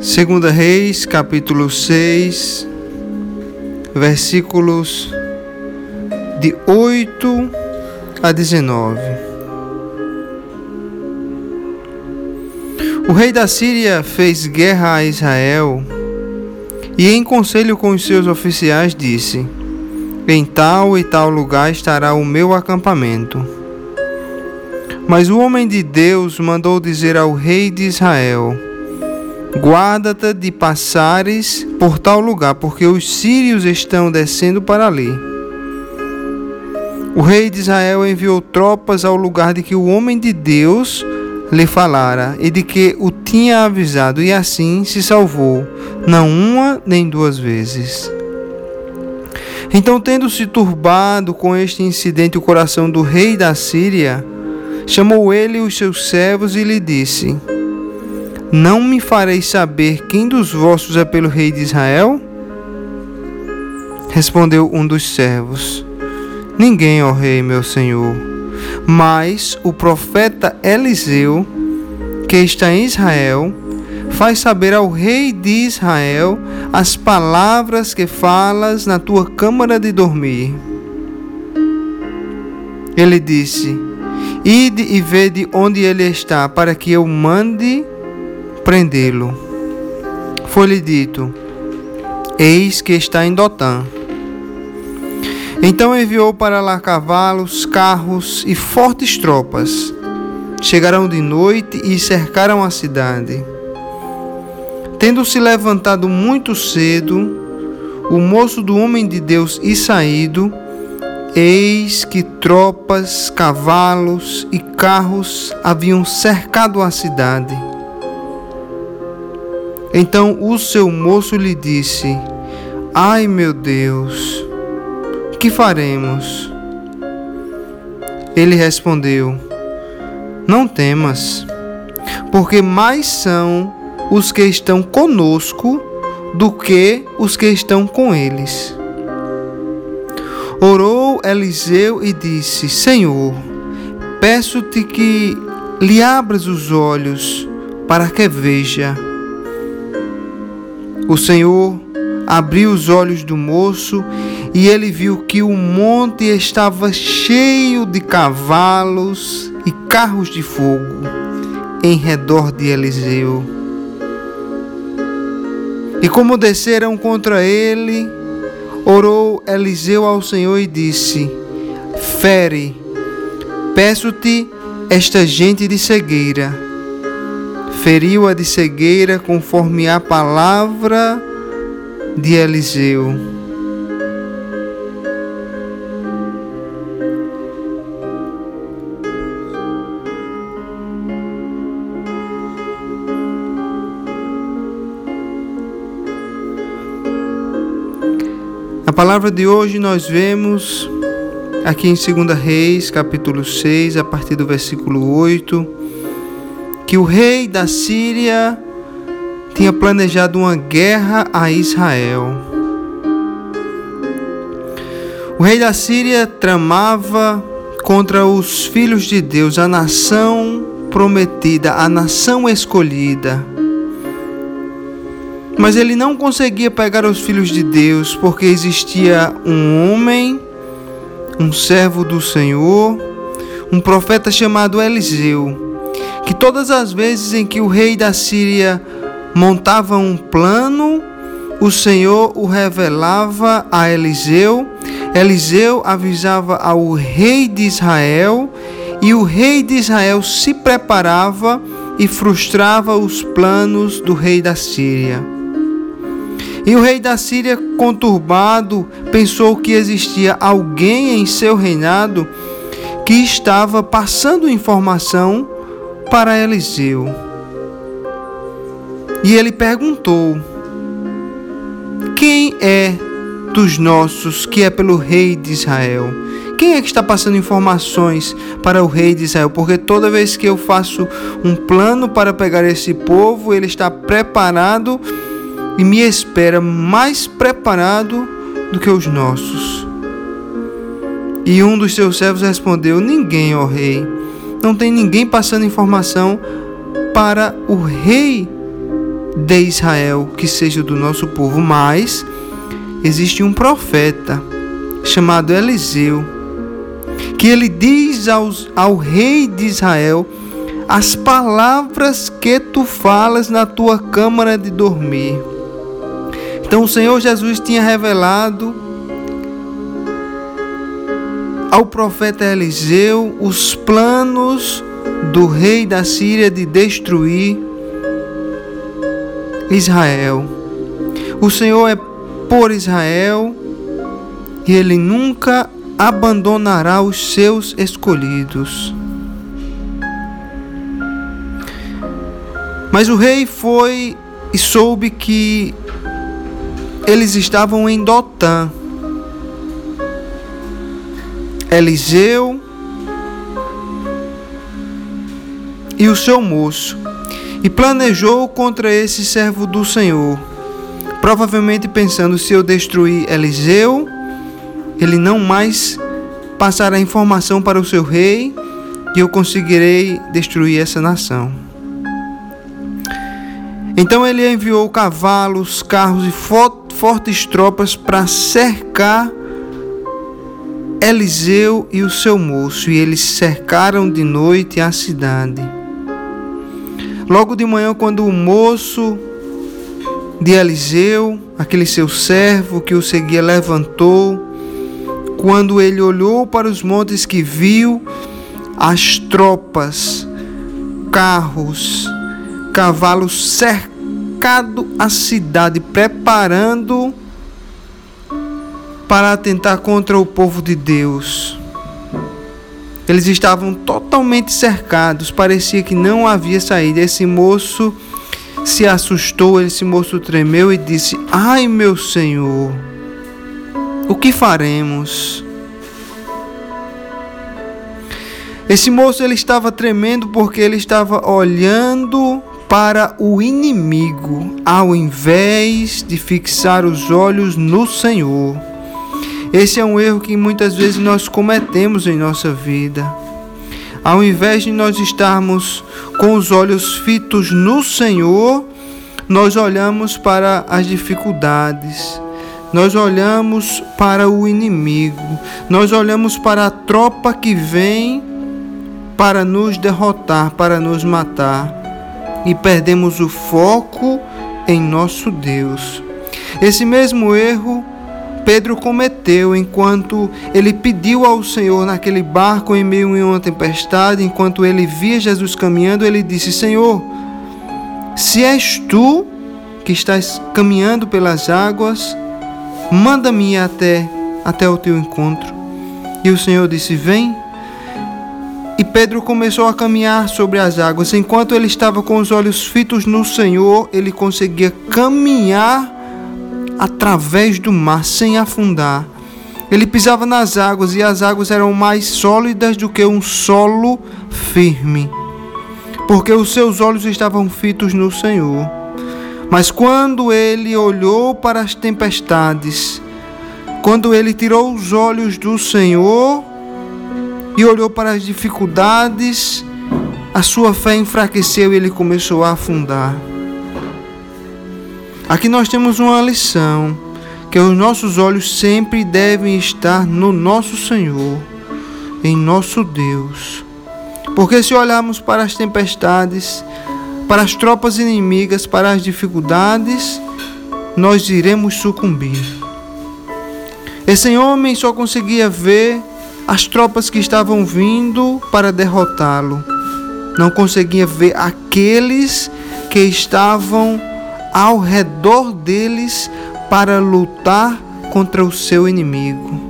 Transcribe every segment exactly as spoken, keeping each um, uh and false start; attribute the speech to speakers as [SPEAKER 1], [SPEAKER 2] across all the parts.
[SPEAKER 1] Segunda Reis, capítulo seis, versículos de oito a dezenove. O rei da Síria fez guerra a Israel e, em conselho com os seus oficiais, disse: em tal e tal lugar estará o meu acampamento. Mas o homem de Deus mandou dizer ao rei de Israel: guarda-te de passares por tal lugar, porque os sírios estão descendo para ali. O rei de Israel enviou tropas ao lugar de que o homem de Deus lhe falara e de que o tinha avisado, e assim se salvou, não uma nem duas vezes. Então, tendo-se turbado com este incidente o coração do rei da Síria, chamou ele os seus servos e lhe disse: não me fareis saber quem dos vossos é pelo rei de Israel? Respondeu um dos servos: ninguém, ó rei, meu senhor, mas o profeta Eliseu, que está em Israel, faz saber ao rei de Israel as palavras que falas na tua câmara de dormir. Ele disse: ide e vede onde ele está, para que eu mande prendê-lo. Foi-lhe dito: eis que está em Dotã. Então enviou para lá cavalos, carros e fortes tropas. Chegaram de noite e cercaram a cidade. Tendo-se levantado muito cedo, o moço do homem de Deus e saído, eis que tropas, cavalos e carros haviam cercado a cidade. Então o seu moço lhe disse: ai, meu Deus, que faremos? Ele respondeu: não temas, porque mais são os que estão conosco do que os que estão com eles. Orou Eliseu e disse: Senhor, peço-te que lhe abras os olhos para que veja. O Senhor abriu os olhos do moço e ele viu que o monte estava cheio de cavalos e carros de fogo em redor de Eliseu. E como desceram contra ele, orou Eliseu ao Senhor e disse: fere, peço-te, esta gente de cegueira. Feriu-a de cegueira conforme a palavra de Eliseu. A palavra de hoje nós vemos aqui em Segunda Reis, capítulo seis, a partir do versículo oito, que o rei da Síria tinha planejado uma guerra a Israel. O rei da Síria tramava contra os filhos de Deus, a nação prometida, a nação escolhida. Mas ele não conseguia pegar os filhos de Deus, porque existia um homem, um servo do Senhor, um profeta chamado Eliseu, que todas as vezes em que o rei da Síria montava um plano, o Senhor o revelava a Eliseu, Eliseu avisava ao rei de Israel, e o rei de Israel se preparava e frustrava os planos do rei da Síria. E o rei da Síria, conturbado, pensou que existia alguém em seu reinado que estava passando informação para Eliseu. E ele perguntou: quem é dos nossos que é pelo rei de Israel? Quem é que está passando informações para o rei de Israel? Porque toda vez que eu faço um plano para pegar esse povo, ele está preparado e me espera mais preparado do que os nossos. E um dos seus servos respondeu: ninguém, ó rei. Não tem ninguém passando informação para o rei de Israel que seja do nosso povo, mas existe um profeta chamado Eliseu, que ele diz aos, ao rei de Israel as palavras que tu falas na tua câmara de dormir. Então o Senhor Jesus tinha revelado ao profeta Eliseu os planos do rei da Síria de destruir Israel. O Senhor é por Israel e Ele nunca abandonará os seus escolhidos. Mas o rei foi e soube que eles estavam em Dotã. Eliseu e o seu moço, e planejou contra esse servo do Senhor, provavelmente pensando: se eu destruir Eliseu, ele não mais passará informação para o seu rei e eu conseguirei destruir essa nação. Então ele enviou cavalos, carros e fortes tropas para cercar Eliseu e o seu moço, e eles cercaram de noite a cidade. Logo de manhã, quando o moço de Eliseu, aquele seu servo que o seguia, levantou, quando ele olhou para os montes, que viu as tropas, carros, cavalos cercado a cidade, preparando para atentar contra o povo de Deus. Eles estavam totalmente cercados, parecia que não havia saída. Esse moço se assustou, esse moço tremeu e disse: ai, meu Senhor, o que faremos? Esse moço ele estava tremendo porque ele estava olhando para o inimigo, ao invés de fixar os olhos no Senhor. Esse é um erro que muitas vezes nós cometemos em nossa vida. Ao invés de nós estarmos com os olhos fitos no Senhor, nós olhamos para as dificuldades, nós olhamos para o inimigo, nós olhamos para a tropa que vem para nos derrotar, para nos matar, e perdemos o foco em nosso Deus. Esse mesmo erro Pedro cometeu enquanto ele pediu ao Senhor naquele barco em meio a uma tempestade. Enquanto ele via Jesus caminhando, ele disse: Senhor, se és tu que estás caminhando pelas águas, manda-me ir até, até o teu encontro. E o Senhor disse: vem. E Pedro começou a caminhar sobre as águas. Enquanto ele estava com os olhos fitos no Senhor, ele conseguia caminhar através do mar sem afundar. Ele pisava nas águas e as águas eram mais sólidas do que um solo firme, porque os seus olhos estavam fitos no Senhor. Mas quando ele olhou para as tempestades, quando ele tirou os olhos do Senhor e olhou para as dificuldades, a sua fé enfraqueceu e ele começou a afundar. Aqui nós temos uma lição, que os nossos olhos sempre devem estar no nosso Senhor, em nosso Deus. Porque se olharmos para as tempestades, para as tropas inimigas, para as dificuldades, nós iremos sucumbir. Esse homem só conseguia ver as tropas que estavam vindo para derrotá-lo. Não conseguia ver aqueles que estavam ao redor deles para lutar contra o seu inimigo.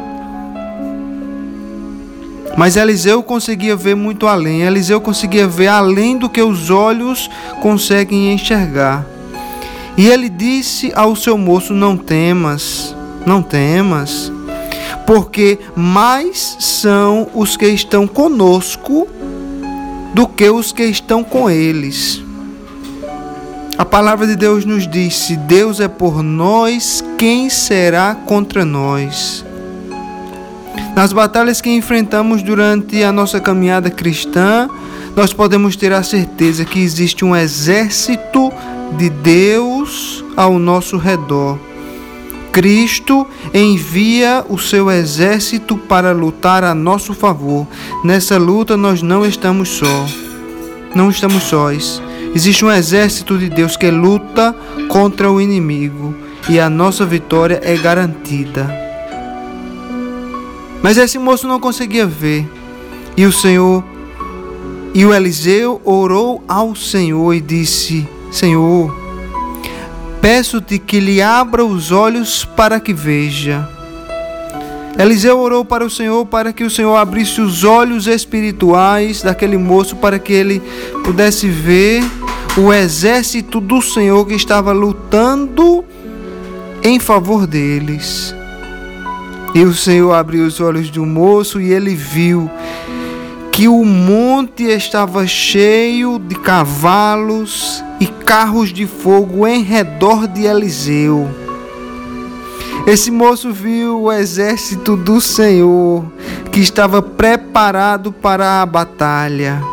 [SPEAKER 1] Mas Eliseu conseguia ver muito além. Eliseu conseguia ver além do que os olhos conseguem enxergar. E ele disse ao seu moço: não temas, não temas, porque mais são os que estão conosco do que os que estão com eles. A palavra de Deus nos diz: se Deus é por nós, quem será contra nós? Nas batalhas que enfrentamos durante a nossa caminhada cristã, nós podemos ter a certeza que existe um exército de Deus ao nosso redor. Cristo envia o seu exército para lutar a nosso favor. Nessa luta nós não estamos só. Não estamos sós. Existe um exército de Deus que luta contra o inimigo e a nossa vitória é garantida. Mas esse moço não conseguia ver. E o Senhor, e o Eliseu orou ao Senhor e disse: Senhor, peço-te que lhe abra os olhos para que veja. Eliseu orou para o Senhor para que o Senhor abrisse os olhos espirituais daquele moço para que ele pudesse ver o exército do Senhor que estava lutando em favor deles. E o Senhor abriu os olhos do moço e ele viu que o monte estava cheio de cavalos e carros de fogo em redor de Eliseu. Esse moço viu o exército do Senhor que estava preparado para a batalha.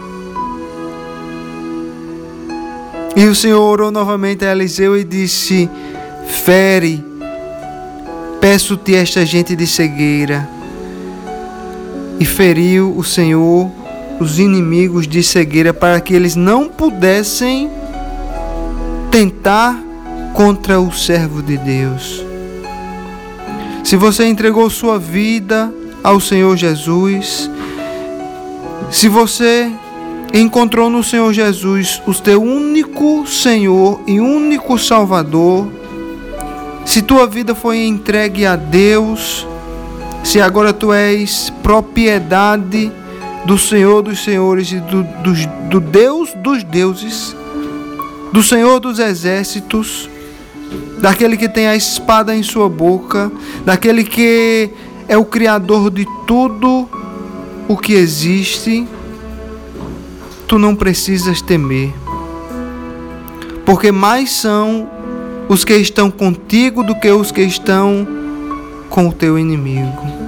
[SPEAKER 1] E o Senhor orou novamente a Eliseu e disse: fere, peço-te esta gente de cegueira. E feriu o Senhor os inimigos de cegueira para que eles não pudessem tentar contra o servo de Deus. Se você entregou sua vida ao Senhor Jesus, se você encontrou no Senhor Jesus o teu único Senhor e único Salvador, se tua vida foi entregue a Deus, se agora tu és propriedade do Senhor dos Senhores e do, do, do Deus dos deuses, do Senhor dos exércitos, daquele que tem a espada em sua boca, daquele que é o Criador de tudo o que existe, tu não precisas temer, porque mais são os que estão contigo do que os que estão com o teu inimigo.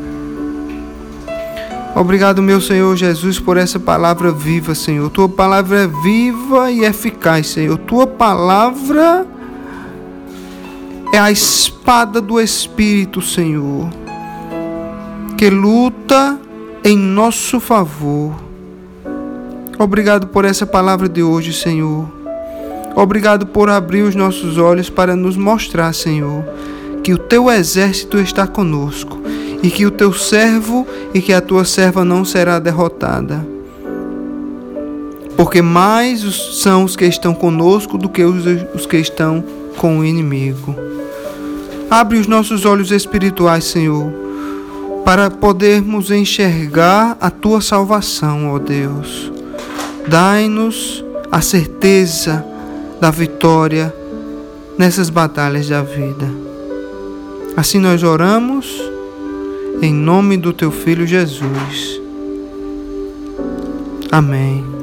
[SPEAKER 1] Obrigado, meu Senhor Jesus, por essa palavra viva, Senhor. Tua palavra é viva e eficaz, Senhor. Tua palavra é a espada do Espírito, Senhor, que luta em nosso favor. Obrigado por essa palavra de hoje, Senhor. Obrigado por abrir os nossos olhos para nos mostrar, Senhor, que o teu exército está conosco e que o teu servo e que a tua serva não será derrotada. Porque mais são os que estão conosco do que os, os que estão com o inimigo. Abre os nossos olhos espirituais, Senhor, para podermos enxergar a tua salvação, ó Deus. Dai-nos a certeza da vitória nessas batalhas da vida. Assim nós oramos em nome do teu Filho Jesus. Amém.